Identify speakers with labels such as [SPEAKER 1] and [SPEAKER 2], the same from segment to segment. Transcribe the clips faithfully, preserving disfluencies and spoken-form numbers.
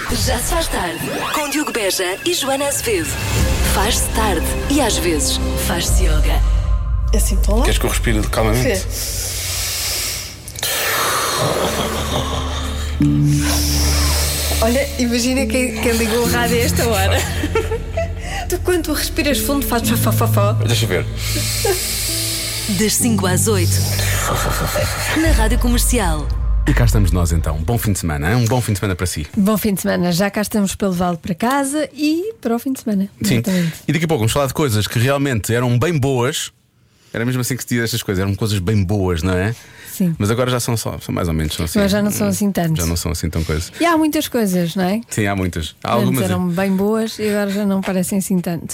[SPEAKER 1] Já se faz tarde. Com Diogo Beja e Joana Azevedo. Faz-se tarde e às vezes faz-se yoga.
[SPEAKER 2] Assim, estou lá.
[SPEAKER 3] Queres que eu respire calmamente?
[SPEAKER 2] Olha, imagina quem, quem ligou o rádio a esta hora. Tu, quando tu respiras fundo, fazes fafafafó.
[SPEAKER 3] Deixa eu ver.
[SPEAKER 1] Das cinco às oito. Na Rádio Comercial.
[SPEAKER 3] E cá estamos nós então. Bom fim de semana, hein? Um bom fim de semana para si.
[SPEAKER 2] Bom fim de semana. Já cá estamos para levá-lo para casa e para o fim de semana.
[SPEAKER 3] Sim.
[SPEAKER 2] Exatamente.
[SPEAKER 3] E daqui a pouco vamos falar de coisas que realmente eram bem boas. Era mesmo assim que se dizia estas coisas, eram coisas bem boas, não é?
[SPEAKER 2] Sim.
[SPEAKER 3] Mas agora já são, só, são mais ou menos são assim.
[SPEAKER 2] Mas já não são assim tantos.
[SPEAKER 3] Já não são assim tão coisas.
[SPEAKER 2] E há muitas coisas, não é?
[SPEAKER 3] Sim, há muitas. Há
[SPEAKER 2] Antes
[SPEAKER 3] algumas.
[SPEAKER 2] eram bem boas e agora já não parecem assim tanto.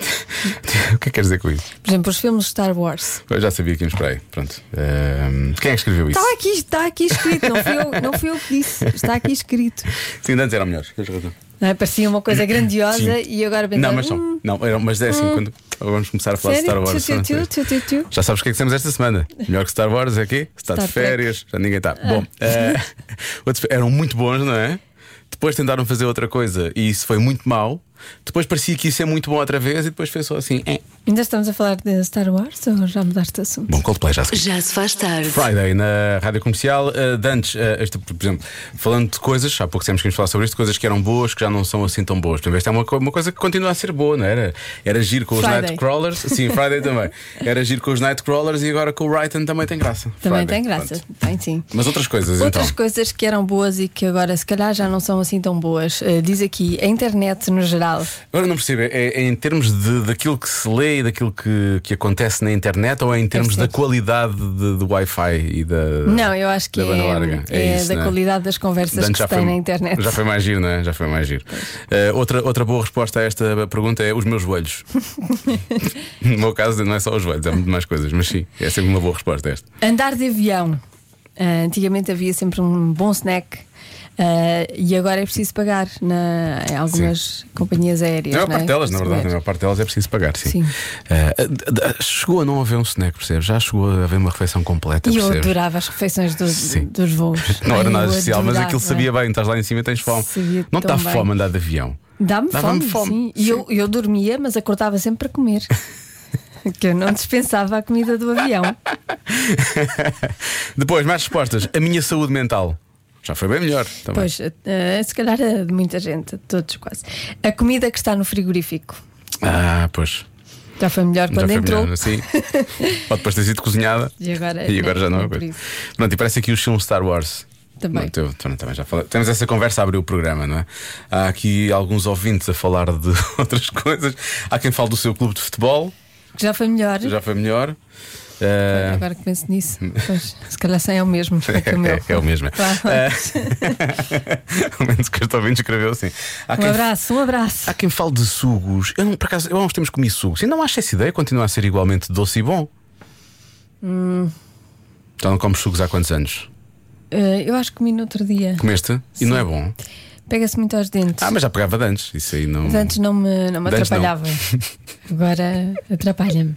[SPEAKER 3] O que é que queres dizer com isso?
[SPEAKER 2] Por exemplo, os filmes de Star Wars.
[SPEAKER 3] Eu já sabia que íamos para aí. Pronto. Ehm, Quem é que escreveu isso?
[SPEAKER 2] Está aqui, está aqui escrito. Não fui eu, não fui eu que disse. Está aqui escrito.
[SPEAKER 3] Sim, antes eram melhores. Tens razão.
[SPEAKER 2] Não é? Parecia uma coisa grandiosa.
[SPEAKER 3] Sim.
[SPEAKER 2] E agora pensar,
[SPEAKER 3] Não, mas são.
[SPEAKER 2] hum,
[SPEAKER 3] Não, eram, mas é assim, quando vamos começar a falar de Star
[SPEAKER 2] sério?
[SPEAKER 3] Wars.
[SPEAKER 2] Tchu,
[SPEAKER 3] não
[SPEAKER 2] tchu,
[SPEAKER 3] sei.
[SPEAKER 2] tchu, tchu, tchu.
[SPEAKER 3] Já sabes o que é que temos esta semana? Melhor que Star Wars é aqui? Está de
[SPEAKER 2] Star Trek.
[SPEAKER 3] férias, já ninguém está. Bom, eh, outros eram muito bons, não é? Depois tentaram fazer outra coisa e isso foi muito mau. Depois parecia que ia ser muito bom outra vez e depois foi só assim. Eh.
[SPEAKER 2] Ainda estamos a falar de Star Wars ou já mudaste de assunto?
[SPEAKER 3] Bom, Coldplay já se
[SPEAKER 1] Já se faz tarde.
[SPEAKER 3] Friday na Rádio Comercial. uh, de antes, uh, este, por exemplo, falando de coisas, há pouco temos que falar sobre isto, coisas que eram boas, que já não são assim tão boas. Por exemplo, esta é uma, co- uma coisa que continua a ser boa, não era? Era giro com os
[SPEAKER 2] Friday.
[SPEAKER 3] Nightcrawlers. Sim, Friday também. Era giro com os Nightcrawlers e agora com o Brighton também tem graça.
[SPEAKER 2] Também
[SPEAKER 3] Friday,
[SPEAKER 2] tem graça.
[SPEAKER 3] pronto.
[SPEAKER 2] Tem sim.
[SPEAKER 3] Mas outras coisas
[SPEAKER 2] Outras
[SPEAKER 3] então.
[SPEAKER 2] coisas que eram boas e que agora se calhar já não são assim tão boas. Uh, diz aqui, a internet no geral.
[SPEAKER 3] Agora não percebo, é, é em termos de, daquilo que se lê e daquilo que, que acontece na internet ou é em termos
[SPEAKER 2] ser.
[SPEAKER 3] da qualidade de, do Wi-Fi e da.
[SPEAKER 2] Não, eu acho que
[SPEAKER 3] da banda
[SPEAKER 2] é,
[SPEAKER 3] larga.
[SPEAKER 2] é,
[SPEAKER 3] É isso,
[SPEAKER 2] da
[SPEAKER 3] não é?
[SPEAKER 2] qualidade das conversas
[SPEAKER 3] Antes
[SPEAKER 2] que
[SPEAKER 3] já
[SPEAKER 2] se tem
[SPEAKER 3] foi-
[SPEAKER 2] na internet.
[SPEAKER 3] Já foi mais giro, não é? Já foi mais giro. Uh, outra, outra boa resposta a esta pergunta é os meus joelhos. No meu caso, não é só os joelhos, é muito mais coisas, mas sim, é sempre uma boa resposta esta.
[SPEAKER 2] Andar de avião. Uh, antigamente havia sempre um bom snack. Uh, e agora é preciso pagar na, em algumas companhias aéreas.
[SPEAKER 3] A maior
[SPEAKER 2] não é?
[SPEAKER 3] parte delas, na verdade, a
[SPEAKER 2] Souberes.
[SPEAKER 3] maior parte delas é preciso pagar, sim.
[SPEAKER 2] Sim.
[SPEAKER 3] Uh, d- d- chegou a não haver um snack, percebes? Já chegou a haver uma refeição completa,
[SPEAKER 2] E eu
[SPEAKER 3] percebes?
[SPEAKER 2] adorava as refeições dos,
[SPEAKER 3] Sim.
[SPEAKER 2] dos voos.
[SPEAKER 3] Não era
[SPEAKER 2] Ai,
[SPEAKER 3] nada
[SPEAKER 2] eu
[SPEAKER 3] especial, mas
[SPEAKER 2] adorava.
[SPEAKER 3] aquilo sabia bem, estás lá em cima e tens fome.
[SPEAKER 2] Sabia
[SPEAKER 3] Não
[SPEAKER 2] tão
[SPEAKER 3] está
[SPEAKER 2] bem.
[SPEAKER 3] fome andar de avião.
[SPEAKER 2] Dá-me
[SPEAKER 3] Dava-me
[SPEAKER 2] fome,
[SPEAKER 3] fome,
[SPEAKER 2] sim. E
[SPEAKER 3] sim.
[SPEAKER 2] eu, eu dormia, mas acordava sempre para comer. Que eu não dispensava a comida do avião.
[SPEAKER 3] Depois, mais respostas. A minha saúde mental. Já foi bem melhor. Também.
[SPEAKER 2] Pois, uh, se calhar a de muita gente, todos quase. A comida que está no frigorífico
[SPEAKER 3] Ah, pois.
[SPEAKER 2] já foi melhor
[SPEAKER 3] Já
[SPEAKER 2] quando
[SPEAKER 3] foi
[SPEAKER 2] entrou.
[SPEAKER 3] melhor, assim. Pode depois ter sido cozinhada.
[SPEAKER 2] E agora,
[SPEAKER 3] E agora já não é
[SPEAKER 2] por
[SPEAKER 3] coisa.
[SPEAKER 2] isso.
[SPEAKER 3] Pronto, e parece aqui os filmes Star Wars.
[SPEAKER 2] Também.
[SPEAKER 3] Pronto, eu- também, também já falei. Temos essa conversa a abrir o programa, não é? Há aqui alguns ouvintes a falar de outras coisas. Há quem fale do seu clube de futebol,
[SPEAKER 2] Que já foi melhor.
[SPEAKER 3] já foi melhor. Eh,
[SPEAKER 2] Agora que penso nisso, pois, se calhar sem é o mesmo. É, que o meu.
[SPEAKER 3] É, é o mesmo.
[SPEAKER 2] Vá.
[SPEAKER 3] Eh, Ao menos que este ouvinte escreveu assim. Há
[SPEAKER 2] Um
[SPEAKER 3] quem,
[SPEAKER 2] abraço, um abraço.
[SPEAKER 3] há quem fale de sugos. Eu, não, por acaso, eu há uns tempos comi sugos e não acho essa ideia continua a ser igualmente doce e bom.
[SPEAKER 2] Hum.
[SPEAKER 3] Então não comes sugos há quantos anos?
[SPEAKER 2] Uh, eu acho que comi no outro dia.
[SPEAKER 3] Comeste? E não é bom?
[SPEAKER 2] Pega-se muito aos dentes.
[SPEAKER 3] Ah, mas já pegava de antes. Isso aí não.
[SPEAKER 2] Mas antes não me, não me
[SPEAKER 3] De antes não.
[SPEAKER 2] atrapalhava. Agora atrapalha-me.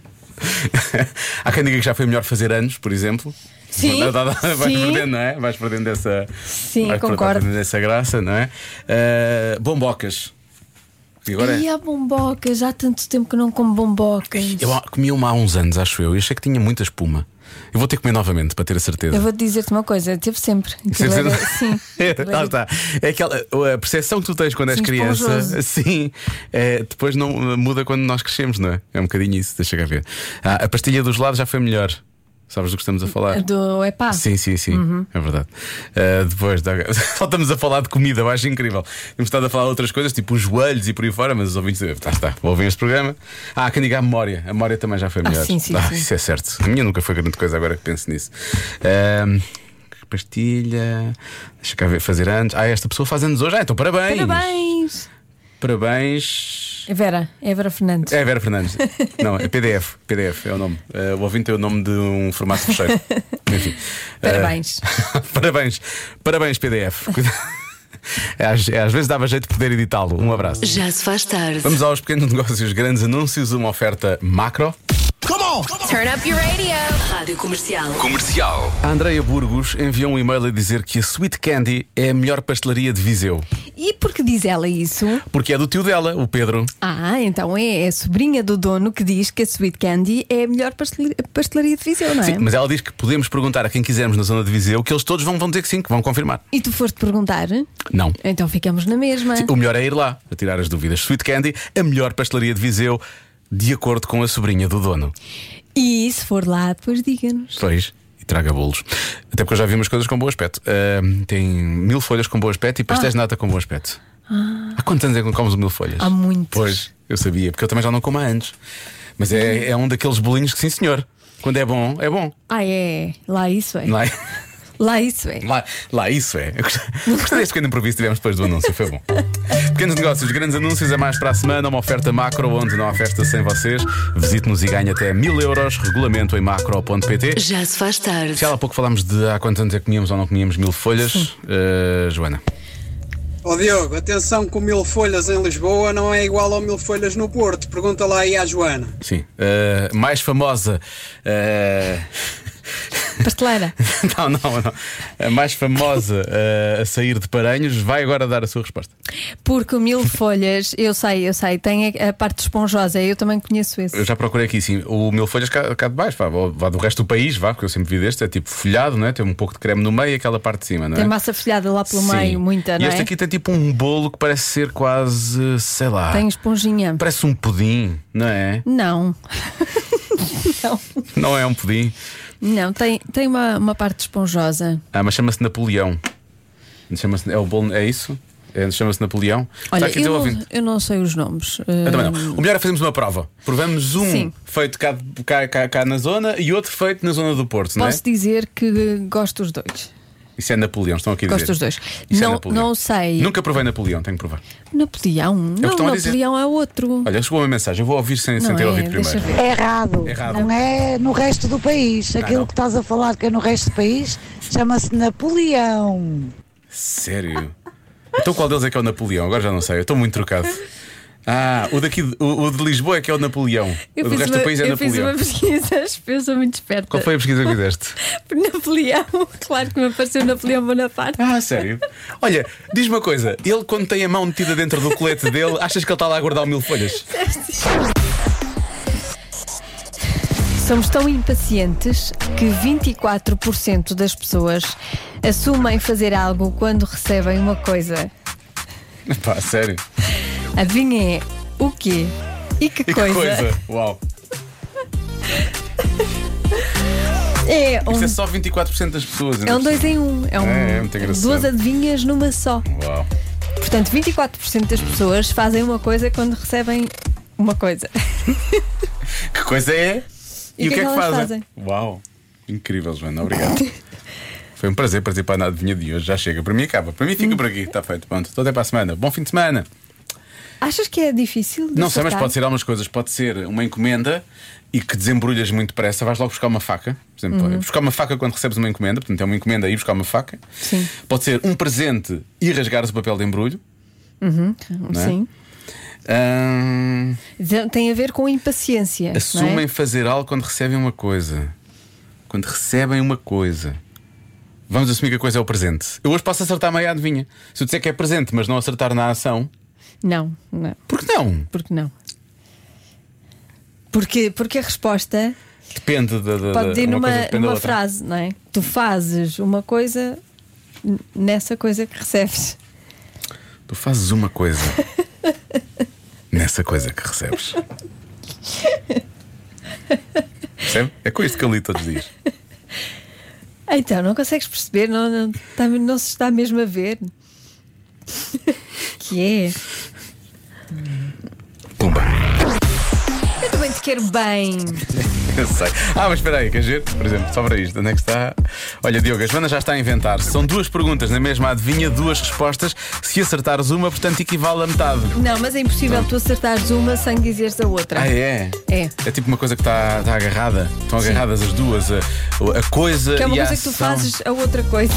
[SPEAKER 3] Há quem diga que já foi melhor fazer anos, por exemplo.
[SPEAKER 2] Sim,
[SPEAKER 3] Dá- dá- dá- Vais
[SPEAKER 2] sim.
[SPEAKER 3] perdendo, não é? Vais perdendo essa.
[SPEAKER 2] Sim,
[SPEAKER 3] vais
[SPEAKER 2] concordo.
[SPEAKER 3] perdendo essa graça, não é? Uh, bombocas. E agora
[SPEAKER 2] E há bombocas, há tanto tempo que não como bombocas.
[SPEAKER 3] eu há- comi uma há uns anos, acho eu, e achei que tinha muita espuma. Eu vou ter que comer novamente para ter a certeza.
[SPEAKER 2] Eu vou-te dizer-te uma coisa, teve sempre. Aquilo
[SPEAKER 3] Sim,
[SPEAKER 2] era-
[SPEAKER 3] sim.
[SPEAKER 2] sim, aquilo
[SPEAKER 3] Lá
[SPEAKER 2] era-
[SPEAKER 3] está. É aquela a percepção que tu tens quando és
[SPEAKER 2] Sim,
[SPEAKER 3] criança,
[SPEAKER 2] esponjoso.
[SPEAKER 3] sim, é, depois não muda quando nós crescemos, não é? É um bocadinho isso, deixa cá ver. Ah, a pastilha dos lados já foi melhor. Sabes do que estamos a falar?
[SPEAKER 2] Do epá.
[SPEAKER 3] Sim, sim, sim, é verdade. Ah, depois, da... só estamos a falar de comida, eu acho incrível. Temos estado a falar de outras coisas, tipo os joelhos e por aí fora, mas os ouvintes. Tá, está, vou ouvir este programa. Ah, quem diga a memória. A memória também já foi
[SPEAKER 2] Ah,
[SPEAKER 3] melhor.
[SPEAKER 2] sim, sim,
[SPEAKER 3] Ah,
[SPEAKER 2] sim.
[SPEAKER 3] Isso é certo. A minha nunca foi grande coisa, agora que penso nisso. Ah, pastilha. Deixa cá ver, fazer anos. Ah, esta pessoa faz anos hoje. Ah, então parabéns.
[SPEAKER 2] Parabéns!
[SPEAKER 3] Parabéns.
[SPEAKER 2] É Vera, é Vera Fernandes.
[SPEAKER 3] É Vera Fernandes. Não, é P D F. P D F é o nome. Uh, o ouvinte é o nome de um formato fecheiro. Enfim.
[SPEAKER 2] Parabéns.
[SPEAKER 3] Uh, parabéns. Parabéns, P D F. Cuida- É, às, é, às vezes dava jeito de poder editá-lo. Um abraço.
[SPEAKER 1] Já se faz tarde.
[SPEAKER 3] Vamos aos pequenos negócios, grandes anúncios, uma oferta macro.
[SPEAKER 1] Turn up your radio. Rádio Comercial.
[SPEAKER 4] Comercial.
[SPEAKER 3] A Andreia Burgos enviou um e-mail a dizer que a Sweet Candy é a melhor pastelaria de Viseu.
[SPEAKER 2] E por que diz ela isso?
[SPEAKER 3] Porque é do tio dela, o Pedro.
[SPEAKER 2] Ah, então é a sobrinha do dono que diz que a Sweet Candy é a melhor pastel- pastelaria de Viseu, não é?
[SPEAKER 3] Sim, mas ela diz que podemos perguntar a quem quisermos na zona de Viseu, que eles todos vão, vão dizer que sim, que vão confirmar.
[SPEAKER 2] E tu foste perguntar?
[SPEAKER 3] Não.
[SPEAKER 2] Então ficamos na mesma.
[SPEAKER 3] Sim, o melhor é ir lá, a tirar as dúvidas. Sweet Candy, a melhor pastelaria de Viseu, de acordo com a sobrinha do dono.
[SPEAKER 2] E se for lá, depois diga-nos.
[SPEAKER 3] Pois. Traga bolos. Até porque eu já vi umas coisas com bom aspecto. Uh, tem mil folhas com bom aspecto e pastéis de nata com bom aspecto.
[SPEAKER 2] Ah.
[SPEAKER 3] Há quantos anos é que não comes o mil folhas?
[SPEAKER 2] Há muitos.
[SPEAKER 3] Pois, eu sabia, porque eu também já não como há anos. Mas é, é um daqueles bolinhos que, sim senhor, quando é bom, é bom.
[SPEAKER 2] Ah, é? Lá isso é.
[SPEAKER 3] Não é?
[SPEAKER 2] Lá isso é.
[SPEAKER 3] Lá, lá isso é. Eu gostei, gostei deste pequeno improviso que tivemos depois do anúncio, foi bom. Pequenos negócios, grandes anúncios, é mais para a semana. Uma oferta macro onde não há festa sem vocês. Visite-nos e ganhe até mil euros. Regulamento em macro ponto pt.
[SPEAKER 1] Já se faz tarde.
[SPEAKER 3] Já há pouco falámos de há quantos anos é que comíamos ou não comíamos mil folhas. Uh, Joana.
[SPEAKER 4] Ó oh, Diogo, atenção que o mil folhas em Lisboa não é igual ao mil folhas no Porto. Pergunta lá aí à Joana.
[SPEAKER 3] Sim. Uh, mais famosa. Uh...
[SPEAKER 2] Pasteleira.
[SPEAKER 3] Não, não, não. A mais famosa uh, a sair de Paranhos vai agora dar a sua resposta.
[SPEAKER 2] Porque o mil folhas, eu sei, eu sei, tem a parte esponjosa, eu também conheço esse.
[SPEAKER 3] Eu já procurei aqui, sim. O mil folhas cá, cá de baixo, vá, vá do resto do país, vá, porque eu sempre vi deste, é tipo folhado, não é? Tem um pouco de creme no meio e aquela parte de cima, não é?
[SPEAKER 2] Tem massa folhada lá pelo
[SPEAKER 3] Sim.
[SPEAKER 2] meio, muita, não
[SPEAKER 3] e
[SPEAKER 2] é?
[SPEAKER 3] este aqui tem tipo um bolo que parece ser quase, sei lá.
[SPEAKER 2] Tem esponjinha.
[SPEAKER 3] Parece um pudim, não é?
[SPEAKER 2] Não. Não.
[SPEAKER 3] Não é um pudim.
[SPEAKER 2] Não, tem, tem uma, uma parte esponjosa.
[SPEAKER 3] Ah, mas chama-se Napoleão. Chama-se, é o bolo, é isso? É, chama-se Napoleão.
[SPEAKER 2] Olha,
[SPEAKER 3] Está aqui
[SPEAKER 2] eu
[SPEAKER 3] dizer
[SPEAKER 2] não, eu não sei os nomes.
[SPEAKER 3] Eu também não. O melhor é fazermos uma prova. Provamos um
[SPEAKER 2] Sim.
[SPEAKER 3] feito cá, cá, cá, cá na zona e outro feito na zona do Porto, não é?
[SPEAKER 2] Posso dizer que gosto dos dois.
[SPEAKER 3] Isso é Napoleão, estão aqui a dizer.
[SPEAKER 2] Gosto dos dois.
[SPEAKER 3] Isso é
[SPEAKER 2] Não,
[SPEAKER 3] Napoleão.
[SPEAKER 2] não sei.
[SPEAKER 3] Nunca provei Napoleão, tenho que provar.
[SPEAKER 2] Napoleão?
[SPEAKER 3] que
[SPEAKER 2] Não,
[SPEAKER 3] estão a dizer.
[SPEAKER 2] Napoleão é outro.
[SPEAKER 3] Olha, chegou uma mensagem, eu vou ouvir sem, sem
[SPEAKER 2] Não
[SPEAKER 3] ter
[SPEAKER 2] é,
[SPEAKER 3] ouvido
[SPEAKER 2] deixa
[SPEAKER 3] primeiro.
[SPEAKER 2] ver.
[SPEAKER 5] É errado.
[SPEAKER 3] Errado.
[SPEAKER 5] Não é no resto do país. Aquilo
[SPEAKER 3] não.
[SPEAKER 5] que estás a falar que é no resto do país chama-se Napoleão.
[SPEAKER 3] Sério? Então qual deles é que é o Napoleão? Agora já não sei, eu estou muito trocado. Ah, o daqui, o, o de Lisboa é que é o Napoleão.
[SPEAKER 2] Eu
[SPEAKER 3] O do
[SPEAKER 2] fiz
[SPEAKER 3] resto
[SPEAKER 2] uma,
[SPEAKER 3] do país é
[SPEAKER 2] eu
[SPEAKER 3] Napoleão.
[SPEAKER 2] fiz uma pesquisa, eu sou muito esperta.
[SPEAKER 3] Qual foi a pesquisa que fizeste?
[SPEAKER 2] Por Napoleão, claro que me apareceu Napoleão Bonaparte.
[SPEAKER 3] Ah, sério? Olha, diz-me uma coisa, ele quando tem a mão metida dentro do colete dele, achas que ele está lá a guardar o mil folhas?
[SPEAKER 2] Somos tão impacientes que vinte e quatro por cento das pessoas assumem fazer algo quando recebem uma coisa.
[SPEAKER 3] Pá, sério?
[SPEAKER 2] Adivinhem o quê? E que
[SPEAKER 3] E que
[SPEAKER 2] coisa?
[SPEAKER 3] coisa? Uau.
[SPEAKER 2] É um,
[SPEAKER 3] Isto é só vinte e quatro por cento das pessoas.
[SPEAKER 2] é um dois em um. É, um,
[SPEAKER 3] É, é muito engraçado.
[SPEAKER 2] duas adivinhas numa só.
[SPEAKER 3] Uau.
[SPEAKER 2] Portanto, vinte e quatro por cento das pessoas fazem uma coisa quando recebem uma coisa.
[SPEAKER 3] Que coisa é?
[SPEAKER 2] E
[SPEAKER 3] o que é que
[SPEAKER 2] elas
[SPEAKER 3] fazem?
[SPEAKER 2] fazem?
[SPEAKER 3] Uau. Incrível, Joana, obrigado. Foi um prazer participar na adivinha de hoje. Já chega. Para mim acaba. Para mim fica por aqui. Está feito. Pronto. Estou até para a semana. Bom fim de semana.
[SPEAKER 2] Achas que é difícil? de
[SPEAKER 3] Não sei, mas
[SPEAKER 2] acertar?
[SPEAKER 3] pode ser algumas coisas. Pode ser uma encomenda e que desembrulhas muito depressa. Vais logo buscar uma faca. Por exemplo,
[SPEAKER 2] Uhum.
[SPEAKER 3] buscar uma faca quando recebes uma encomenda. Portanto, é uma encomenda e buscar uma faca.
[SPEAKER 2] Sim.
[SPEAKER 3] Pode ser um presente e rasgares o papel de embrulho. Não é?
[SPEAKER 2] Sim.
[SPEAKER 3] Ahn,
[SPEAKER 2] Tem a ver com impaciência. não
[SPEAKER 3] Assumem
[SPEAKER 2] é?
[SPEAKER 3] fazer algo quando recebem uma coisa. Quando recebem uma coisa. Vamos assumir que a coisa é o presente. Eu hoje posso acertar meia adivinha. Se eu disser que é presente, mas não acertar na ação,
[SPEAKER 2] Não, não.
[SPEAKER 3] por que não?
[SPEAKER 2] Porque não? Porque, porque a resposta
[SPEAKER 3] Depende da. da
[SPEAKER 2] pode
[SPEAKER 3] da-
[SPEAKER 2] ir
[SPEAKER 3] uma
[SPEAKER 2] numa,
[SPEAKER 3] coisa depende da
[SPEAKER 2] numa
[SPEAKER 3] outra.
[SPEAKER 2] frase, não é? Tu fazes uma coisa n- nessa coisa que recebes.
[SPEAKER 3] Tu fazes uma coisa nessa coisa que recebes. Percebe? É com isto que eu li todos os dias.
[SPEAKER 2] Então, não consegues perceber? Não, não, tá- não se está mesmo a ver. Que é?
[SPEAKER 3] Pumba.
[SPEAKER 2] Eu também te quero bem.
[SPEAKER 3] Eu sei. Ah, mas espera aí, quer ver? Por exemplo, só para isto, onde é que está? Olha, Diogo, a Joana já está a inventar. São duas perguntas na mesma adivinha, duas respostas. Se acertares uma, portanto, equivale a metade.
[SPEAKER 2] Não, mas é impossível tu acertares uma sem dizeres a outra.
[SPEAKER 3] Ah, é?
[SPEAKER 2] É.
[SPEAKER 3] É tipo uma coisa que está está agarrada. Estão
[SPEAKER 2] Sim.
[SPEAKER 3] agarradas as duas. A, a coisa
[SPEAKER 2] Que é uma
[SPEAKER 3] e a
[SPEAKER 2] coisa que tu
[SPEAKER 3] ação.
[SPEAKER 2] fazes a outra coisa.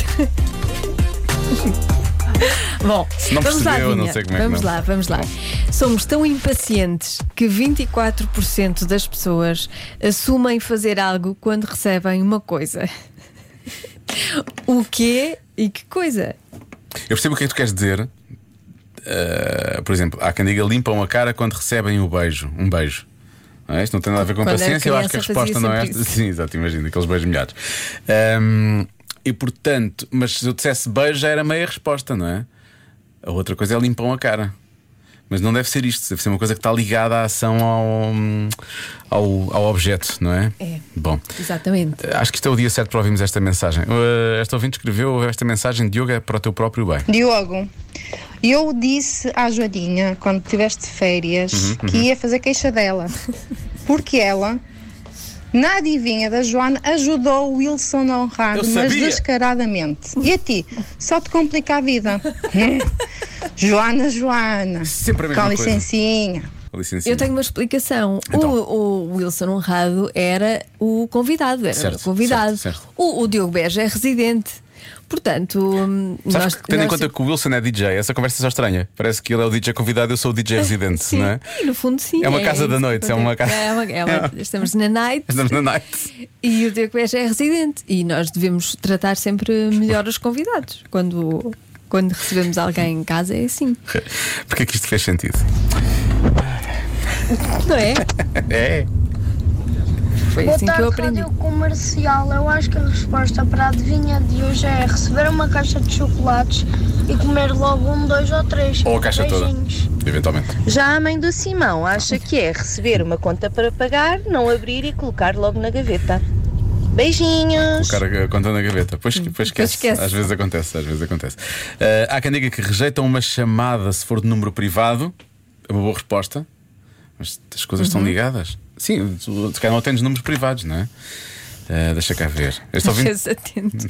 [SPEAKER 2] Bom,
[SPEAKER 3] Se não
[SPEAKER 2] vamos lá,
[SPEAKER 3] percebeu,
[SPEAKER 2] Vinha.
[SPEAKER 3] não sei como é que
[SPEAKER 2] Vamos
[SPEAKER 3] não.
[SPEAKER 2] lá, vamos lá. Somos tão impacientes que vinte e quatro por cento das pessoas assumem fazer algo quando recebem uma coisa. O quê e que coisa?
[SPEAKER 3] Eu percebo o que é que tu queres dizer. Uh, por exemplo, há quem diga limpam a cara quando recebem o beijo. Um beijo. Não é? Isto não tem nada a ver com
[SPEAKER 2] Quando
[SPEAKER 3] paciência. Eu acho que a
[SPEAKER 2] criança
[SPEAKER 3] resposta não é
[SPEAKER 2] fazia
[SPEAKER 3] esta.
[SPEAKER 2] sempre
[SPEAKER 3] Sim, exato, imagina, aqueles beijos molhados. Um, e portanto, mas se eu dissesse beijo já era meia resposta, não é? A outra coisa é limpam a cara. Mas não deve ser isto, deve ser uma coisa que está ligada à ação ao, ao, ao objeto, não é?
[SPEAKER 2] É.
[SPEAKER 3] Bom,
[SPEAKER 2] Exatamente.
[SPEAKER 3] acho que isto é o dia certo para ouvirmos esta mensagem. Uh, esta ouvinte escreveu esta mensagem: Diogo, é para o teu próprio bem.
[SPEAKER 6] Diogo, eu disse à Joaninha, quando tiveste férias,
[SPEAKER 3] Uhum,
[SPEAKER 6] que ia fazer queixa dela. Porque ela, na adivinha da Joana, ajudou o Wilson Honrado,
[SPEAKER 3] Eu
[SPEAKER 6] mas
[SPEAKER 3] sabia.
[SPEAKER 6] descaradamente. E a ti, só te complica a vida. Joana, Joana,
[SPEAKER 3] Sempre a mesma
[SPEAKER 6] com
[SPEAKER 3] coisa.
[SPEAKER 6] licencinha.
[SPEAKER 3] Com licencinha.
[SPEAKER 2] Eu tenho uma explicação.
[SPEAKER 3] Então.
[SPEAKER 2] O, o Wilson Honrado era o convidado, era
[SPEAKER 3] Certo,
[SPEAKER 2] o convidado.
[SPEAKER 3] certo, certo.
[SPEAKER 2] O, o Diogo Beja é residente. Portanto, hum,
[SPEAKER 3] Sabes
[SPEAKER 2] nós,
[SPEAKER 3] que, tendo em
[SPEAKER 2] nós-
[SPEAKER 3] conta que o Wilson é D J, essa conversa é só estranha. Parece que ele é o D J convidado, eu sou o D J residente,
[SPEAKER 2] Sim,
[SPEAKER 3] não é?
[SPEAKER 2] e no fundo sim.
[SPEAKER 3] É uma casa da
[SPEAKER 2] isso
[SPEAKER 3] noite,
[SPEAKER 2] que
[SPEAKER 3] é uma
[SPEAKER 2] acontece.
[SPEAKER 3] casa-
[SPEAKER 2] É uma- é uma- estamos na night
[SPEAKER 3] Estamos na night.
[SPEAKER 2] e o Diogo Beja é residente. E nós devemos tratar sempre melhor os convidados. Quando, quando recebemos alguém em casa é assim.
[SPEAKER 3] Porque é que isto fez sentido?
[SPEAKER 2] Não é?
[SPEAKER 3] É.
[SPEAKER 2] Foi
[SPEAKER 7] Boa
[SPEAKER 2] assim que eu
[SPEAKER 7] tarde,
[SPEAKER 2] aprendi.
[SPEAKER 7] Rádio Comercial. Eu acho que a resposta para a adivinha de hoje é receber uma caixa de chocolates e comer logo um, dois ou três.
[SPEAKER 3] Ou a caixa
[SPEAKER 7] Beijinhos.
[SPEAKER 3] toda, eventualmente.
[SPEAKER 8] Já a mãe do Simão acha que é receber uma conta para pagar, não abrir e colocar logo na gaveta. Beijinhos!
[SPEAKER 3] Colocar a conta na gaveta. Pois, pois esquece.
[SPEAKER 2] esquece.
[SPEAKER 3] Às vezes acontece, às vezes acontece. Uh, há quem diga que rejeitam uma chamada se for de número privado. É uma boa resposta. Mas as coisas estão ligadas. Sim, tu, se calhar não atendes números privados, não é? Uh, deixa cá ver. Este
[SPEAKER 2] Às
[SPEAKER 3] ouvinte...
[SPEAKER 2] vezes atento.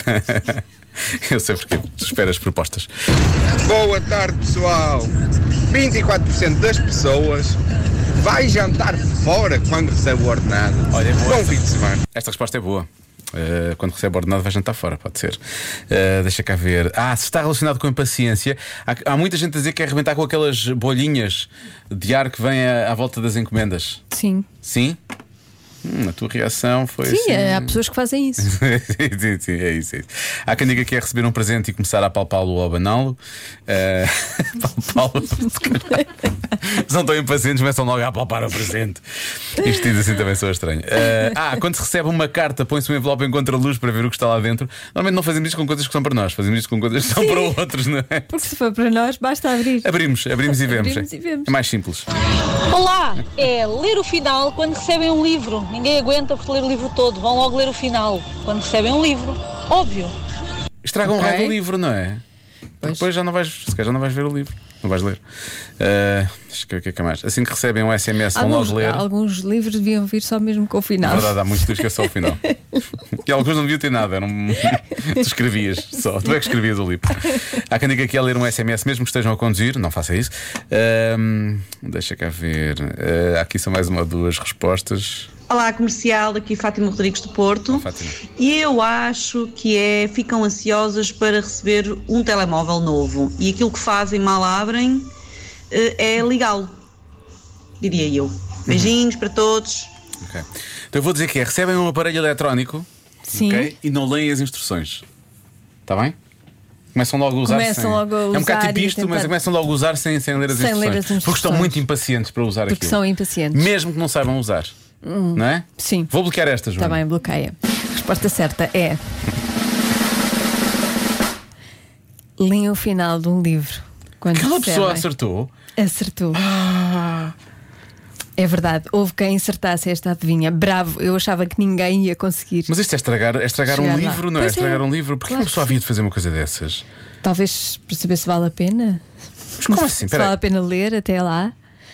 [SPEAKER 3] Eu sei porque espero as propostas.
[SPEAKER 9] Boa tarde, pessoal. vinte e quatro por cento das pessoas vai jantar fora quando recebe o ordenado.
[SPEAKER 3] Olha, é boa.
[SPEAKER 9] Bom fim de semana.
[SPEAKER 3] Esta resposta é boa. Uh, quando recebe o ordenado vai jantar fora, pode ser. Uh, deixa cá ver. Ah, se está relacionado com impaciência, há, há muita gente a dizer que é arrebentar com aquelas bolhinhas de ar que vem à, à volta das encomendas.
[SPEAKER 2] Sim.
[SPEAKER 3] Sim? Hum, a tua reação foi
[SPEAKER 2] Sim,
[SPEAKER 3] assim...
[SPEAKER 2] há pessoas que fazem isso.
[SPEAKER 3] sim, sim, é isso, é isso. Há quem diga que é receber um presente e começar a palpá-lo ou abaná-lo. Uh, palpá-lo, se calhar. Se não estão impacientes, começam logo a palpar o presente. Isto diz assim também sou estranho. Uh, ah, quando se recebe uma carta, põe-se um envelope em contra-luz para ver o que está lá dentro. Normalmente não fazemos isto com coisas que são para nós, fazemos isto com coisas que são para outros, não é?
[SPEAKER 2] Porque se for para nós, basta abrir.
[SPEAKER 3] Abrimos, abrimos e vemos.
[SPEAKER 2] Abrimos e vemos.
[SPEAKER 3] É mais simples.
[SPEAKER 10] Olá! É ler o final quando recebem um livro. Ninguém aguenta por ler o livro todo. Vão logo ler o final quando recebem um livro. Óbvio.
[SPEAKER 3] Estragam
[SPEAKER 2] Ok.
[SPEAKER 3] um raio do livro, não é?
[SPEAKER 2] Pois.
[SPEAKER 3] Depois já não vais, se calhar já não vais ver o livro. Não vais ler. Uh, deixa eu ver o que é que é mais. Assim que recebem um S M S, vão
[SPEAKER 2] Alguns,
[SPEAKER 3] logo ler.
[SPEAKER 2] alguns livros deviam vir só mesmo com o
[SPEAKER 3] Na
[SPEAKER 2] final.
[SPEAKER 3] verdade, há muitos que é só o final. E alguns não deviam ter nada. Eram... tu escrevias só. Tu é que escrevias o livro. Há quem diga que é ler um S M S mesmo que estejam a conduzir. Não faça isso. Uh, deixa cá ver. Uh, aqui são mais uma ou duas respostas.
[SPEAKER 11] Olá, comercial, aqui Fátima Rodrigues do Porto.
[SPEAKER 3] Fátima.
[SPEAKER 11] E eu acho que é, ficam ansiosas para receber um telemóvel novo. E aquilo que fazem, mal abrem, eh, é ligá-lo, diria eu. Beijinhos para todos.
[SPEAKER 3] Okay. Então eu vou dizer que é: recebem um aparelho eletrónico,
[SPEAKER 2] Sim.
[SPEAKER 3] ok, e não leem as instruções. Está bem? Começam logo a usar
[SPEAKER 2] Começam
[SPEAKER 3] sem...
[SPEAKER 2] logo a
[SPEAKER 3] É um bocado
[SPEAKER 2] usar
[SPEAKER 3] tipo
[SPEAKER 2] e a
[SPEAKER 3] isto,
[SPEAKER 2] tentar-
[SPEAKER 3] mas começam logo a usar sem, sem ler as
[SPEAKER 2] Sem
[SPEAKER 3] instruções.
[SPEAKER 2] ler as
[SPEAKER 3] Porque estão
[SPEAKER 2] instruções.
[SPEAKER 3] muito impacientes para usar
[SPEAKER 2] Porque
[SPEAKER 3] aquilo.
[SPEAKER 2] são impacientes.
[SPEAKER 3] Mesmo que não saibam usar. Não é?
[SPEAKER 2] Sim.
[SPEAKER 3] Vou bloquear esta, Joana.
[SPEAKER 2] Está bem, bloqueia. A resposta certa é: leem o final de um livro. Quando
[SPEAKER 3] Aquela
[SPEAKER 2] recebem.
[SPEAKER 3] pessoa acertou.
[SPEAKER 2] Acertou. É verdade, houve quem acertasse esta adivinha. Bravo, eu achava que ninguém ia conseguir.
[SPEAKER 3] Mas isto é estragar, é estragar um
[SPEAKER 2] Chegar lá.
[SPEAKER 3] livro, não é?
[SPEAKER 2] Pois é.
[SPEAKER 3] Estragar um livro. Porque
[SPEAKER 2] Claro
[SPEAKER 3] uma pessoa
[SPEAKER 2] que
[SPEAKER 3] havia de fazer uma coisa dessas?
[SPEAKER 2] Talvez para saber se vale a pena.
[SPEAKER 3] Mas como assim?
[SPEAKER 2] Se
[SPEAKER 3] Espera
[SPEAKER 2] vale
[SPEAKER 3] aí.
[SPEAKER 2] a pena ler até lá.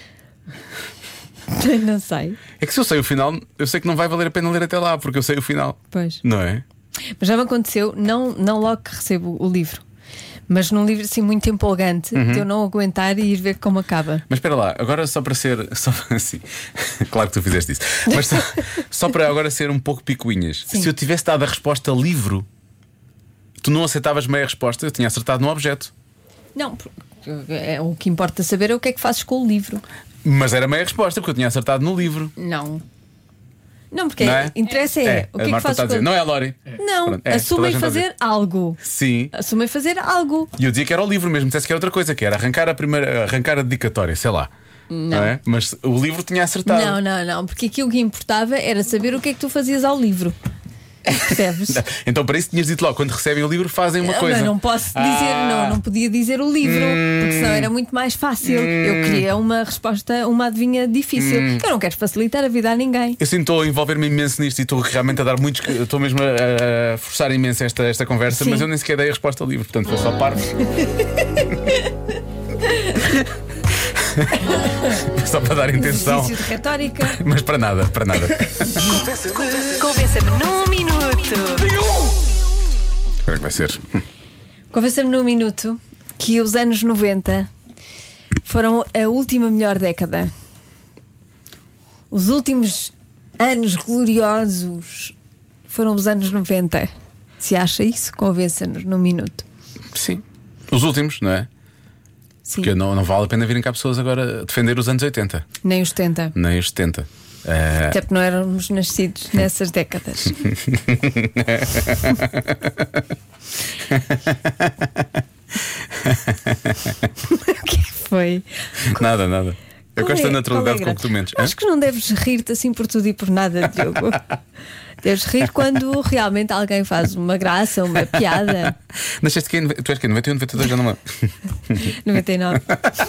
[SPEAKER 2] Não sei.
[SPEAKER 3] É que se eu sei o final, eu sei que não vai valer a pena ler até lá, porque eu sei o final.
[SPEAKER 2] Pois.
[SPEAKER 3] Não é?
[SPEAKER 2] Mas já me aconteceu, não, não logo que recebo o livro, mas num livro assim muito empolgante,
[SPEAKER 3] Uhum.
[SPEAKER 2] de eu não aguentar e ir ver como acaba.
[SPEAKER 3] Mas espera lá, agora só para ser. Só para, assim, claro que tu fizeste isso. Mas só, só para agora ser um pouco picuinhas.
[SPEAKER 2] Sim.
[SPEAKER 3] Se eu tivesse dado a resposta livro, tu não aceitavas meia resposta, eu tinha acertado no objeto.
[SPEAKER 2] Não, porque, é, o que importa saber é o que é que fazes com o livro.
[SPEAKER 3] Mas era meia resposta, porque eu tinha acertado no livro.
[SPEAKER 2] Não. Não, porque
[SPEAKER 3] Não é?
[SPEAKER 2] interessa é,
[SPEAKER 3] É,
[SPEAKER 2] o
[SPEAKER 3] a
[SPEAKER 2] que é que
[SPEAKER 3] Marta
[SPEAKER 2] fazes
[SPEAKER 3] está a dizer.
[SPEAKER 2] quando-
[SPEAKER 3] Não é a Lori.
[SPEAKER 2] Não,
[SPEAKER 3] Pronto, é, toda a
[SPEAKER 2] assumem
[SPEAKER 3] gente a
[SPEAKER 2] fazer
[SPEAKER 3] dizer.
[SPEAKER 2] algo.
[SPEAKER 3] Sim.
[SPEAKER 2] Assumem fazer algo.
[SPEAKER 3] E eu dizia que era o livro mesmo, dissesse que era outra coisa, que era arrancar a primeira, arrancar a dedicatória, sei lá.
[SPEAKER 2] Não.
[SPEAKER 3] É? Mas o livro tinha acertado.
[SPEAKER 2] Não, não, não, porque aquilo que importava era saber o que é que tu fazias ao livro. Percebes?
[SPEAKER 3] Então para isso tinhas dito logo, quando recebem o livro fazem uma
[SPEAKER 2] Ah,
[SPEAKER 3] coisa.
[SPEAKER 2] mas não posso dizer,
[SPEAKER 3] Ah.
[SPEAKER 2] não, não podia dizer o livro,
[SPEAKER 3] Hum.
[SPEAKER 2] porque senão era muito mais fácil. Eu queria uma resposta, uma adivinha difícil.
[SPEAKER 3] Hum.
[SPEAKER 2] Eu não quero facilitar a vida a ninguém.
[SPEAKER 3] Eu sinto que estou a envolver-me imenso nisto e estou realmente a dar muitos. Estou mesmo a, a forçar imenso esta, esta conversa,
[SPEAKER 2] Sim.
[SPEAKER 3] mas eu nem sequer dei a resposta ao livro, portanto foi só parvo. Só para dar intenção.
[SPEAKER 2] Exercício de retórica.
[SPEAKER 3] Mas para nada, para nada.
[SPEAKER 1] Convença-me num minuto.
[SPEAKER 3] Espero que vai ser.
[SPEAKER 2] Convença-me num minuto que os anos noventa foram a última melhor década. Os últimos anos gloriosos foram os anos noventa. Se acha isso, convença-nos num minuto.
[SPEAKER 3] Sim. Os últimos, não é?
[SPEAKER 2] Sim.
[SPEAKER 3] Porque não, não vale a pena virem cá pessoas agora defender os anos oitenta,
[SPEAKER 2] Nem os setenta.
[SPEAKER 3] nem os setenta. Eh,
[SPEAKER 2] Até porque não éramos nascidos nessas décadas. O que é que foi?
[SPEAKER 3] Nada, nada. Eu
[SPEAKER 2] Qual
[SPEAKER 3] gosto
[SPEAKER 2] é-
[SPEAKER 3] da naturalidade
[SPEAKER 2] qual é a
[SPEAKER 3] com que tu mentes. Hã?
[SPEAKER 2] Acho que não deves rir-te assim por tudo e por nada, Diogo. Deves rir quando realmente alguém faz uma graça, uma piada.
[SPEAKER 3] Nasceste que tu és que noventa e um, noventa e dois, já não me
[SPEAKER 2] noventa e nove.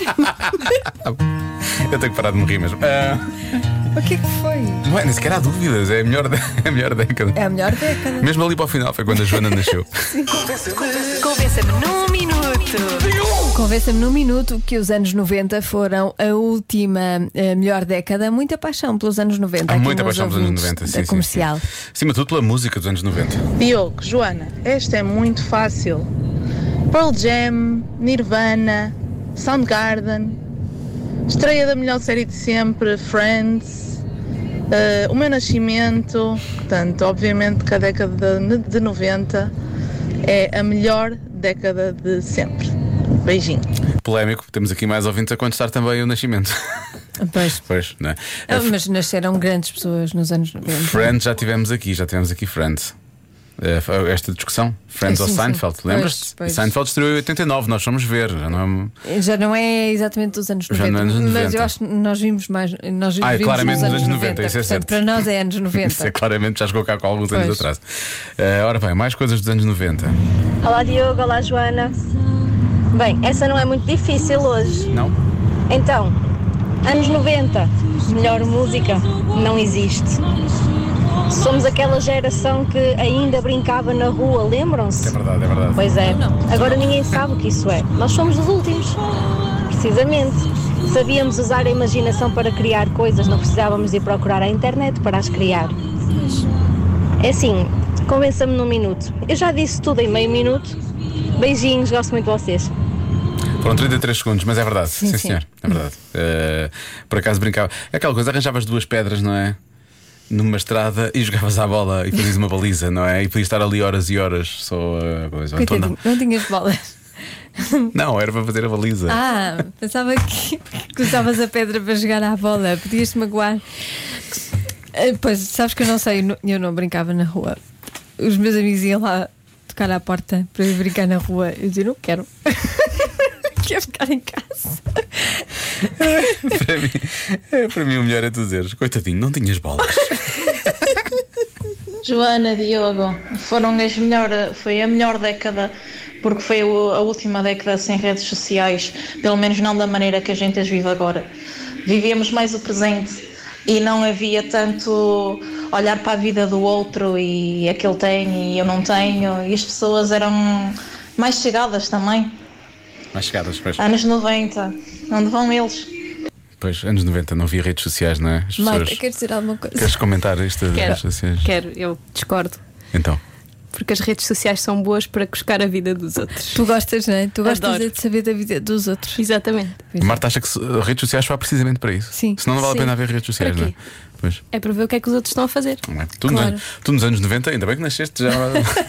[SPEAKER 3] Eu tenho que parar de me rir mesmo. Ah,
[SPEAKER 2] O que é que foi?
[SPEAKER 3] não é, nem sequer há dúvidas, é a melhor, de- é a melhor década.
[SPEAKER 2] É a melhor década.
[SPEAKER 3] Mesmo ali para o final, foi quando a Joana nasceu.
[SPEAKER 1] Convença-me num minuto.
[SPEAKER 2] Convença-me num minuto que os anos noventa foram a última eh, melhor década. Muita paixão pelos anos noventa.
[SPEAKER 3] Há
[SPEAKER 2] aqui
[SPEAKER 3] muita
[SPEAKER 2] nos
[SPEAKER 3] paixão pelos anos
[SPEAKER 2] ouvintes
[SPEAKER 3] noventa, sim,
[SPEAKER 2] da
[SPEAKER 3] sim,
[SPEAKER 2] comercial.
[SPEAKER 3] sim. Acima de tudo pela música dos anos noventa.
[SPEAKER 12] Diogo, Joana, esta é muito fácil. Pearl Jam, Nirvana, Soundgarden, estreia da melhor série de sempre, Friends, uh, o meu nascimento. Portanto, obviamente que a década de, de noventa é a melhor década de sempre. Beijinho.
[SPEAKER 3] Polémico, temos aqui mais ouvintes a contestar também o nascimento.
[SPEAKER 2] Pois.
[SPEAKER 3] Pois, não é?
[SPEAKER 2] Ah, mas nasceram grandes pessoas nos anos noventa.
[SPEAKER 3] Friends já tivemos aqui, já tivemos aqui Friends. Eh, esta discussão, Friends
[SPEAKER 2] Sim,
[SPEAKER 3] ou
[SPEAKER 2] sim.
[SPEAKER 3] Seinfeld,
[SPEAKER 2] Pois,
[SPEAKER 3] lembras-te?
[SPEAKER 2] pois.
[SPEAKER 3] Seinfeld estreou em oitenta e nove, nós fomos ver, já não é.
[SPEAKER 2] Já não é exatamente dos anos
[SPEAKER 3] Já não
[SPEAKER 2] noventa,
[SPEAKER 3] é anos
[SPEAKER 2] mas
[SPEAKER 3] noventa.
[SPEAKER 2] eu acho que nós vimos mais. Nós
[SPEAKER 3] Ah, é
[SPEAKER 2] vimos
[SPEAKER 3] claramente
[SPEAKER 2] nos
[SPEAKER 3] nos anos noventa, isso é
[SPEAKER 2] portanto,
[SPEAKER 3] certo.
[SPEAKER 2] para nós é anos noventa.
[SPEAKER 3] Isso é claramente, já chegou cá com alguns anos
[SPEAKER 2] Pois.
[SPEAKER 3] atrás. Eh, ora bem, mais coisas dos anos noventa.
[SPEAKER 13] Olá Diogo, olá Joana. Bem, essa não é muito difícil hoje.
[SPEAKER 3] Não?
[SPEAKER 13] Então, anos noventa, melhor música não existe. Somos aquela geração que ainda brincava na rua, lembram-se?
[SPEAKER 3] É verdade, é verdade.
[SPEAKER 13] Pois é, agora ninguém sabe o que isso é. Nós somos os últimos, precisamente. Sabíamos usar a imaginação para criar coisas, não precisávamos ir procurar a internet para as criar. É assim, convença-me num minuto. Eu já disse tudo em meio minuto. Beijinhos, gosto muito de vocês.
[SPEAKER 3] Foram trinta e três segundos, mas é verdade,
[SPEAKER 13] Sim,
[SPEAKER 3] sim,
[SPEAKER 13] sim.
[SPEAKER 3] senhor, é verdade. Eh, por acaso brincava. É aquela coisa, arranjavas duas pedras, não é? Numa estrada e jogavas à bola e fazias uma baliza, não é? E podias estar ali horas e horas só a coisa. Então,
[SPEAKER 2] Coitadinho, não tinhas bolas.
[SPEAKER 3] não, não, era para fazer a baliza.
[SPEAKER 2] Ah, pensava que, que usavas a pedra para jogar à bola. Podias-te magoar. Ah, Pois, sabes que eu não sei, eu não- eu não brincava na rua. Os meus amigos iam lá tocar à porta para eu brincar na rua. Eu dizia, não quero. Quero ficar em casa.
[SPEAKER 3] para, mim, é, para mim o melhor é tu dizeres, coitadinho, não tinhas bolas.
[SPEAKER 14] Joana, Diogo, foram as melhor, foi a melhor década porque foi o- a última década sem redes sociais, pelo menos não da maneira que a gente as vive agora. Vivíamos mais o presente e não havia tanto olhar para a vida do outro e aquele tem e eu não tenho, e as pessoas eram mais chegadas também.
[SPEAKER 3] Mais chegadas, pois.
[SPEAKER 14] Anos noventa, onde vão eles?
[SPEAKER 3] Pois, anos noventa não havia redes sociais, não é? As
[SPEAKER 2] Marta,
[SPEAKER 3] pessoas...
[SPEAKER 2] queres dizer alguma coisa?
[SPEAKER 3] Queres comentar isto das
[SPEAKER 15] Quero,
[SPEAKER 3] redes sociais?
[SPEAKER 15] quero, eu discordo.
[SPEAKER 3] Então.
[SPEAKER 15] Porque as redes sociais são boas para buscar a vida dos outros.
[SPEAKER 2] Tu gostas, não é? Tu gostas
[SPEAKER 15] Adoro.
[SPEAKER 2] é de saber da vida dos outros.
[SPEAKER 15] Exatamente.
[SPEAKER 3] A Marta acha que se- redes sociais só há precisamente para isso.
[SPEAKER 2] Sim.
[SPEAKER 3] Senão não vale
[SPEAKER 15] Sim.
[SPEAKER 3] a pena haver redes sociais,
[SPEAKER 15] Para
[SPEAKER 3] não é?
[SPEAKER 15] quê?
[SPEAKER 3] Pois.
[SPEAKER 15] É para ver o que é que os outros estão a fazer.
[SPEAKER 3] Não é? Tu,
[SPEAKER 15] Claro.
[SPEAKER 3] nos, tu nos anos noventa, ainda bem que nasceste já.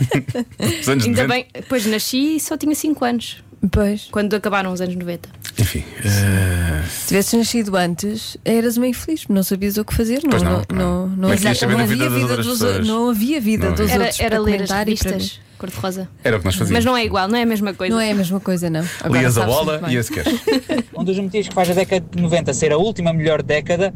[SPEAKER 3] Nos anos
[SPEAKER 15] Ainda
[SPEAKER 3] noventa.
[SPEAKER 15] bem, pois nasci e só tinha cinco anos.
[SPEAKER 2] Pois.
[SPEAKER 15] Quando acabaram os anos noventa.
[SPEAKER 3] Enfim. enfim. Uh...
[SPEAKER 2] Se tivesses nascido antes, eras uma infeliz, não sabias o que fazer. Não,
[SPEAKER 3] Pois não,
[SPEAKER 2] não, não, não,
[SPEAKER 3] Mas
[SPEAKER 2] havia,
[SPEAKER 3] querias saber
[SPEAKER 2] não
[SPEAKER 3] da
[SPEAKER 2] havia
[SPEAKER 3] vida das
[SPEAKER 2] vida
[SPEAKER 3] outras
[SPEAKER 2] dos
[SPEAKER 3] pessoas.
[SPEAKER 2] Não havia vida
[SPEAKER 3] Não
[SPEAKER 2] dos
[SPEAKER 3] havia.
[SPEAKER 2] outros.
[SPEAKER 15] Era, era
[SPEAKER 2] para
[SPEAKER 15] ler as
[SPEAKER 2] comentar e para
[SPEAKER 15] revistas cor-de-rosa.
[SPEAKER 3] Era o que nós fazíamos.
[SPEAKER 15] Mas não é igual, não é a mesma coisa.
[SPEAKER 2] Não é a mesma coisa, não. Agora
[SPEAKER 3] Lias a
[SPEAKER 2] sabes
[SPEAKER 3] bola
[SPEAKER 2] muito bem.
[SPEAKER 3] e a sequer.
[SPEAKER 16] Um dos motivos que faz a década de noventa ser a última melhor década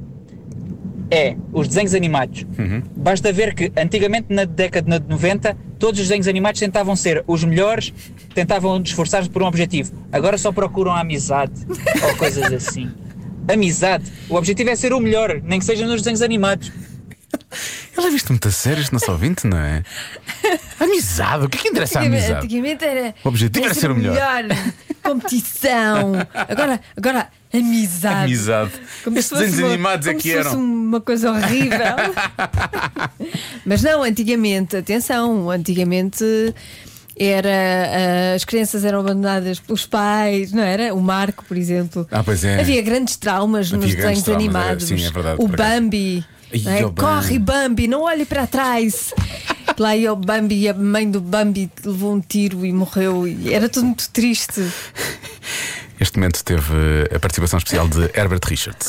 [SPEAKER 16] é os desenhos animados.
[SPEAKER 3] Uhum.
[SPEAKER 16] Basta ver que antigamente na década de noventa todos os desenhos animados tentavam ser os melhores, tentavam esforçar-se por um objetivo. Agora só procuram a amizade ou coisas assim. Amizade. O objetivo é ser o melhor, nem que seja nos desenhos animados.
[SPEAKER 3] Eu já viste muito a sério isto nosso ouvinte, não é? Amizade, o que é que interessa a amizade?
[SPEAKER 2] Antigamente era.
[SPEAKER 3] O objetivo era ser o melhor.
[SPEAKER 2] Competição. Agora, agora amizade.
[SPEAKER 3] Amizade.
[SPEAKER 2] Como
[SPEAKER 3] Estes
[SPEAKER 2] se fosse
[SPEAKER 3] desenhos
[SPEAKER 2] uma-
[SPEAKER 3] animados é
[SPEAKER 2] como
[SPEAKER 3] que
[SPEAKER 2] se fosse
[SPEAKER 3] eram.
[SPEAKER 2] uma coisa horrível. Mas não, antigamente, atenção, antigamente era ah, as crianças eram abandonadas pelos pais, não era? O Marco, por exemplo.
[SPEAKER 3] Ah, pois é.
[SPEAKER 2] Havia grandes traumas
[SPEAKER 3] Havia
[SPEAKER 2] nos
[SPEAKER 3] grandes
[SPEAKER 2] desenhos
[SPEAKER 3] traumas, é,
[SPEAKER 2] animados.
[SPEAKER 3] sim, é verdade,
[SPEAKER 2] o
[SPEAKER 3] por acaso.
[SPEAKER 2] Bambi.
[SPEAKER 3] Ai,
[SPEAKER 2] não é?
[SPEAKER 3] o Bambi.
[SPEAKER 2] Corre, Bambi, não olhe para trás. Lá ia o Bambi e a mãe do Bambi levou um tiro e morreu. E era tudo muito triste.
[SPEAKER 3] Este momento teve a participação especial de Herbert Richards.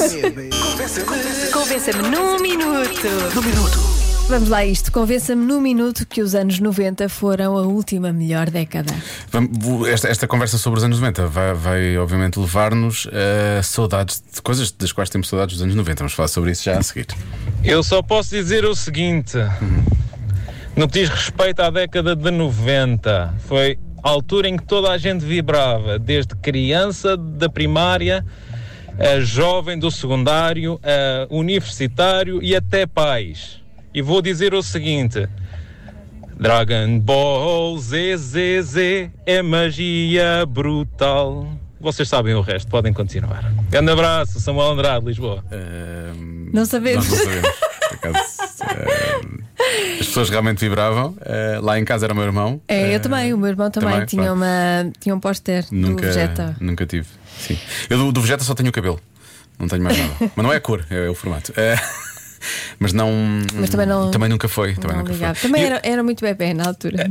[SPEAKER 1] Convença-me num minuto. Num minuto.
[SPEAKER 2] Vamos lá a isto. Convença-me num minuto que os anos noventa foram a última melhor década.
[SPEAKER 3] Vamos- vou- Esta, esta conversa sobre os anos noventa vai, vai obviamente levar-nos a saudades de coisas das quais temos saudades dos anos noventa. Vamos falar sobre isso já a seguir.
[SPEAKER 17] Eu só posso dizer o seguinte: no que diz respeito à década de noventa, foi a altura em que toda a gente vibrava, desde criança da primária, a jovem do secundário, a universitário e até pais. E vou dizer o seguinte: Dragon Ball Z Z Z é magia brutal. Vocês sabem o resto, podem continuar. Grande abraço, Samuel Andrade, Lisboa.
[SPEAKER 2] Não sabemos.
[SPEAKER 3] Nós não sabemos. Por acaso, eh, as pessoas realmente vibravam. Eh, lá em casa era o meu irmão.
[SPEAKER 2] É,
[SPEAKER 3] Eh,
[SPEAKER 2] eu também, o meu irmão também,
[SPEAKER 3] também,
[SPEAKER 2] tinha,
[SPEAKER 3] pronto.
[SPEAKER 2] uma, tinha um póster do
[SPEAKER 3] Nunca,
[SPEAKER 2] Vegeta.
[SPEAKER 3] nunca tive. Sim. Eu do, do Vegeta só tenho o cabelo. Não tenho mais nada. Mas não é a cor, é o formato. Eh, mas não.
[SPEAKER 2] Mas também não-
[SPEAKER 3] Também nunca foi. Também
[SPEAKER 2] Não
[SPEAKER 3] nunca
[SPEAKER 2] ligava.
[SPEAKER 3] foi.
[SPEAKER 2] Também
[SPEAKER 3] E-
[SPEAKER 2] era, era muito bebê na altura.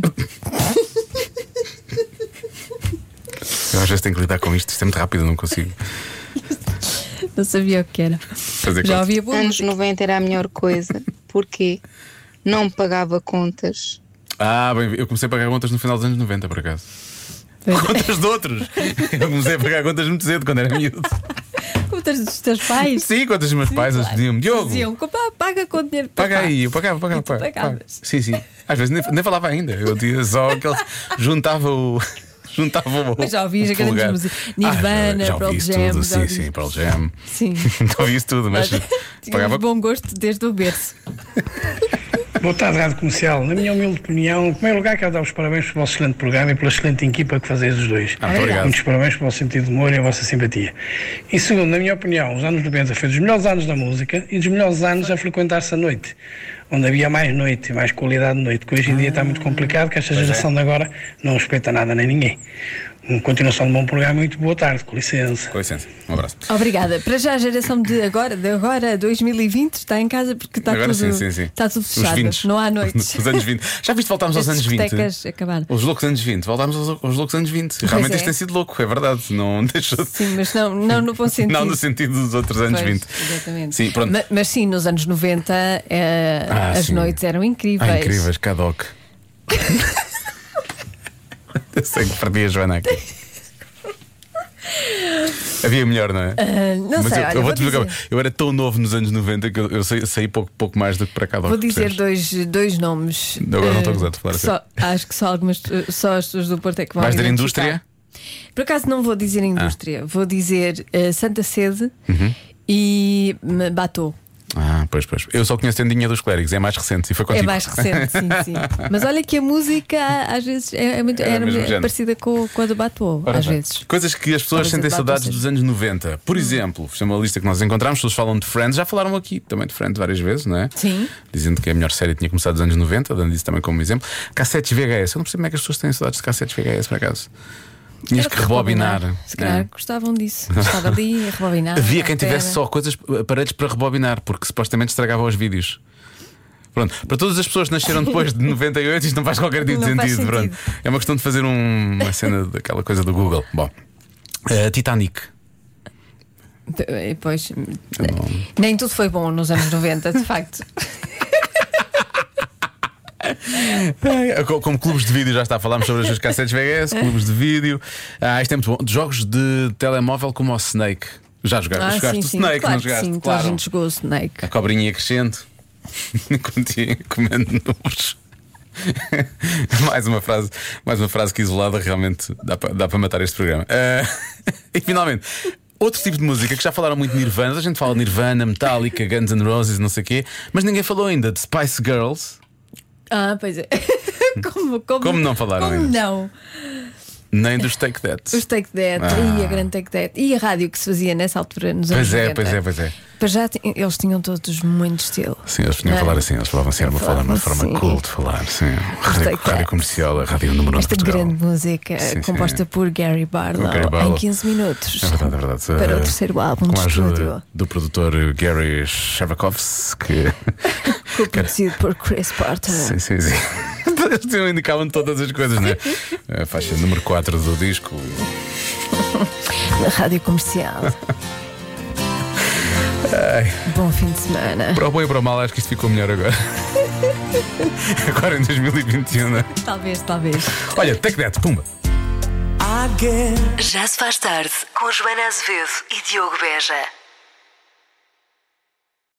[SPEAKER 3] Eu às vezes tenho que lidar com isto. Isto é muito rápido, eu não consigo
[SPEAKER 2] Não sabia o que era.
[SPEAKER 3] fazer
[SPEAKER 2] Já
[SPEAKER 3] conta.
[SPEAKER 2] ouvia boa
[SPEAKER 18] Anos
[SPEAKER 2] música.
[SPEAKER 18] noventa era a melhor coisa. Porquê? Não pagava contas.
[SPEAKER 3] Ah, bem, eu comecei a pagar contas no final dos anos noventa, por acaso.
[SPEAKER 2] Pois é.
[SPEAKER 3] Contas de outros. Eu comecei a pagar contas muito cedo, quando era miúdo.
[SPEAKER 2] Contas dos teus pais.
[SPEAKER 3] Sim, contas dos meus pais. Eles diziam-me: Diogo,
[SPEAKER 2] Diziam, "Pá, paga com dinheiro para
[SPEAKER 3] paga aí. Eu pagava, pagava,
[SPEAKER 2] E tu
[SPEAKER 3] pagava.
[SPEAKER 2] pagavas.
[SPEAKER 3] Sim, sim. Às vezes nem, nem falava ainda. Eu dizia só que eles juntava o. Juntava o.
[SPEAKER 2] Mas já ouvias
[SPEAKER 3] o
[SPEAKER 2] grandes
[SPEAKER 3] polegar.
[SPEAKER 2] músicas. Nirvana,
[SPEAKER 3] Ah, já ouvi
[SPEAKER 2] Pearl
[SPEAKER 3] isso
[SPEAKER 2] Jam,
[SPEAKER 3] tudo.
[SPEAKER 2] já
[SPEAKER 3] Sim,
[SPEAKER 2] ouvi-
[SPEAKER 3] sim, Pearl Jam.
[SPEAKER 2] Sim.
[SPEAKER 3] Já ouvi isso tudo, mas
[SPEAKER 2] Tínhamos
[SPEAKER 3] pagava.
[SPEAKER 2] bom gosto desde o berço.
[SPEAKER 19] Boa tarde, Rádio Comercial. Na minha humilde opinião, em primeiro lugar, quero dar os parabéns pelo vosso excelente programa e pela excelente equipa que fazes os dois.
[SPEAKER 3] Ah, muito obrigado.
[SPEAKER 19] Muitos parabéns pelo vosso sentido de humor e a vossa simpatia. Em segundo, na minha opinião, os anos noventa foi dos melhores anos da música e dos melhores anos a frequentar-se a noite, onde havia mais noite e mais qualidade de noite, que hoje em dia está muito complicado, que esta
[SPEAKER 3] Pois é.
[SPEAKER 19] geração de agora não respeita nada nem ninguém. Uma continuação de um bom programa, muito boa tarde, com licença.
[SPEAKER 3] Com licença, um abraço.
[SPEAKER 2] Obrigada. Para já a geração de agora, de agora, dois mil e vinte, está em casa porque está
[SPEAKER 3] Agora
[SPEAKER 2] tudo,
[SPEAKER 3] sim, sim, sim.
[SPEAKER 2] está tudo
[SPEAKER 3] Os
[SPEAKER 2] fechado.
[SPEAKER 3] vinte.
[SPEAKER 2] Não há noites.
[SPEAKER 3] Os anos vinte. Já viste, voltámos aos
[SPEAKER 2] As
[SPEAKER 3] anos vinte.
[SPEAKER 2] discotecas acabaram.
[SPEAKER 3] Os loucos anos vinte. Voltámos aos, aos loucos anos vinte.
[SPEAKER 2] Pois
[SPEAKER 3] Realmente
[SPEAKER 2] é.
[SPEAKER 3] isto tem sido louco, é verdade. Não deixou de.
[SPEAKER 2] Sim, mas não, não no bom sentido.
[SPEAKER 3] Não no sentido dos outros anos
[SPEAKER 2] Pois,
[SPEAKER 3] vinte.
[SPEAKER 2] Exatamente.
[SPEAKER 3] Sim, pronto.
[SPEAKER 2] Ma- Mas, sim, nos anos noventa eh,
[SPEAKER 3] Ah,
[SPEAKER 2] as
[SPEAKER 3] sim.
[SPEAKER 2] noites eram incríveis.
[SPEAKER 3] Ah, incríveis, Cadoc. Eu sei que perdi a Joana aqui. Havia melhor, não é?
[SPEAKER 2] Ah, não
[SPEAKER 3] Mas
[SPEAKER 2] sei,
[SPEAKER 3] eu,
[SPEAKER 2] olha,
[SPEAKER 3] eu,
[SPEAKER 2] vou
[SPEAKER 3] te dizer,
[SPEAKER 2] dizer.
[SPEAKER 3] eu era tão novo nos anos noventa que eu, eu saí, saí pouco, pouco mais do que para Cadoc.
[SPEAKER 2] Vou dizer
[SPEAKER 3] percebes?
[SPEAKER 2] dois, dois nomes.
[SPEAKER 3] Agora não
[SPEAKER 2] Eh,
[SPEAKER 3] estou a gozar, estou a falar
[SPEAKER 2] só, Acho que só algumas eh, só as pessoas do Porto é que vão
[SPEAKER 3] Vais dizer
[SPEAKER 2] identificar.
[SPEAKER 3] indústria?
[SPEAKER 2] Por acaso não vou dizer indústria, vou dizer eh, Santa Sede
[SPEAKER 3] Uhum.
[SPEAKER 2] e hum, Batou.
[SPEAKER 3] Ah, pois, pois. Eu só conheço Tendinha dos Clérigos, é mais recente. E foi
[SPEAKER 2] É
[SPEAKER 3] contigo.
[SPEAKER 2] mais recente, sim, sim. Mas olha que a música às vezes é, é muito,
[SPEAKER 3] É do
[SPEAKER 2] era
[SPEAKER 3] mesmo género.
[SPEAKER 2] parecida com, com a do Batou,
[SPEAKER 3] Ora
[SPEAKER 2] às
[SPEAKER 3] bem,
[SPEAKER 2] vezes.
[SPEAKER 3] Coisas que as pessoas
[SPEAKER 2] Talvez
[SPEAKER 3] sentem
[SPEAKER 2] a debate
[SPEAKER 3] saudades
[SPEAKER 2] seja.
[SPEAKER 3] dos anos noventa. Por exemplo, isto é uma lista que nós encontramos, as pessoas falam de Friends, já falaram aqui também de Friends várias vezes, não é?
[SPEAKER 2] Sim.
[SPEAKER 3] Dizendo que a melhor série tinha começado nos anos noventa, dando isso também como exemplo. Cassetes V H S, eu não percebo como é que as pessoas têm saudades de cassetes V H S, por acaso. Tinhas
[SPEAKER 2] Era
[SPEAKER 3] que rebobinar.
[SPEAKER 2] Se calhar
[SPEAKER 3] É.
[SPEAKER 2] gostavam disso. Estava ali a rebobinar.
[SPEAKER 3] Havia
[SPEAKER 2] à
[SPEAKER 3] quem tivesse
[SPEAKER 2] espera.
[SPEAKER 3] só coisas, aparelhos para rebobinar, porque supostamente estragava os vídeos. Pronto, para todas as pessoas que nasceram depois de noventa e oito, isto não faz qualquer tipo de
[SPEAKER 2] Não faz
[SPEAKER 3] sentido.
[SPEAKER 2] sentido.
[SPEAKER 3] Pronto. É uma questão de fazer um- uma cena daquela coisa do Google. Bom, uh, Titanic.
[SPEAKER 2] E Pois, nem tudo foi bom nos anos noventa, de facto.
[SPEAKER 3] Como clubes de vídeo, já está a falarmos sobre as suas cassetes V H S, clubes de vídeo. Ah, isto é muito bom. Jogos de telemóvel como o Snake. Já jogaste,
[SPEAKER 2] Ah,
[SPEAKER 3] jogaste
[SPEAKER 2] sim,
[SPEAKER 3] o
[SPEAKER 2] sim,
[SPEAKER 3] Snake,
[SPEAKER 2] claro
[SPEAKER 3] não
[SPEAKER 2] que
[SPEAKER 3] jogaste?
[SPEAKER 2] sim, toda
[SPEAKER 3] Claro.
[SPEAKER 2] a gente jogou o Snake.
[SPEAKER 3] A cobrinha ia crescendo. Continua comendo números. mais uma frase, mais uma frase que isolada realmente dá para dá para matar este programa. Ah, e finalmente, outro tipo de música que já falaram muito de Nirvana. A gente fala de Nirvana, Metallica, Guns N' Roses, não sei o quê, mas ninguém falou ainda de Spice Girls.
[SPEAKER 2] Ah, pois é. como, como,
[SPEAKER 3] Como não falaram
[SPEAKER 2] como
[SPEAKER 3] ainda?
[SPEAKER 2] não?
[SPEAKER 3] Nem dos Take That.
[SPEAKER 2] Os Take That
[SPEAKER 3] Ah.
[SPEAKER 2] e a grande Take That e a rádio que se fazia nessa altura nos anos
[SPEAKER 3] Pois é,
[SPEAKER 2] noventa.
[SPEAKER 3] pois é, pois é.
[SPEAKER 2] Mas já ti- eles tinham todos muito estilo.
[SPEAKER 3] Sim, eles tinham
[SPEAKER 2] Não
[SPEAKER 3] a
[SPEAKER 2] é?
[SPEAKER 3] falar assim, eles falavam assim, era uma forma, uma
[SPEAKER 2] Falavam
[SPEAKER 3] forma
[SPEAKER 2] assim.
[SPEAKER 3] cool de falar. Sim. Rádio,
[SPEAKER 2] Take
[SPEAKER 3] rádio
[SPEAKER 2] That.
[SPEAKER 3] comercial, a rádio número um de
[SPEAKER 2] Esta
[SPEAKER 3] Portugal.
[SPEAKER 2] grande música
[SPEAKER 3] Sim, sim.
[SPEAKER 2] composta por Gary Barlow,
[SPEAKER 3] O Gary Barlow.
[SPEAKER 2] em quinze minutos.
[SPEAKER 3] É verdade, é verdade.
[SPEAKER 2] Para
[SPEAKER 3] Eh,
[SPEAKER 2] o terceiro álbum
[SPEAKER 3] com
[SPEAKER 2] de
[SPEAKER 3] a ajuda
[SPEAKER 2] estúdio.
[SPEAKER 3] do produtor Gary Shavakovsky.
[SPEAKER 2] Co-produzido por Chris Porter.
[SPEAKER 3] Sim, sim, sim. Eles tinham- indicavam todas as coisas, não é? A faixa número quatro do disco.
[SPEAKER 2] Na rádio comercial.
[SPEAKER 3] Ai,
[SPEAKER 2] Bom fim de semana.
[SPEAKER 3] para o bom e para o mal, acho que isto ficou melhor agora. Agora em dois mil e vinte e um, não é?
[SPEAKER 2] Talvez, talvez.
[SPEAKER 3] Olha, Take That, pumba.
[SPEAKER 1] Já se faz tarde com Joana Azevedo e Diogo Beja.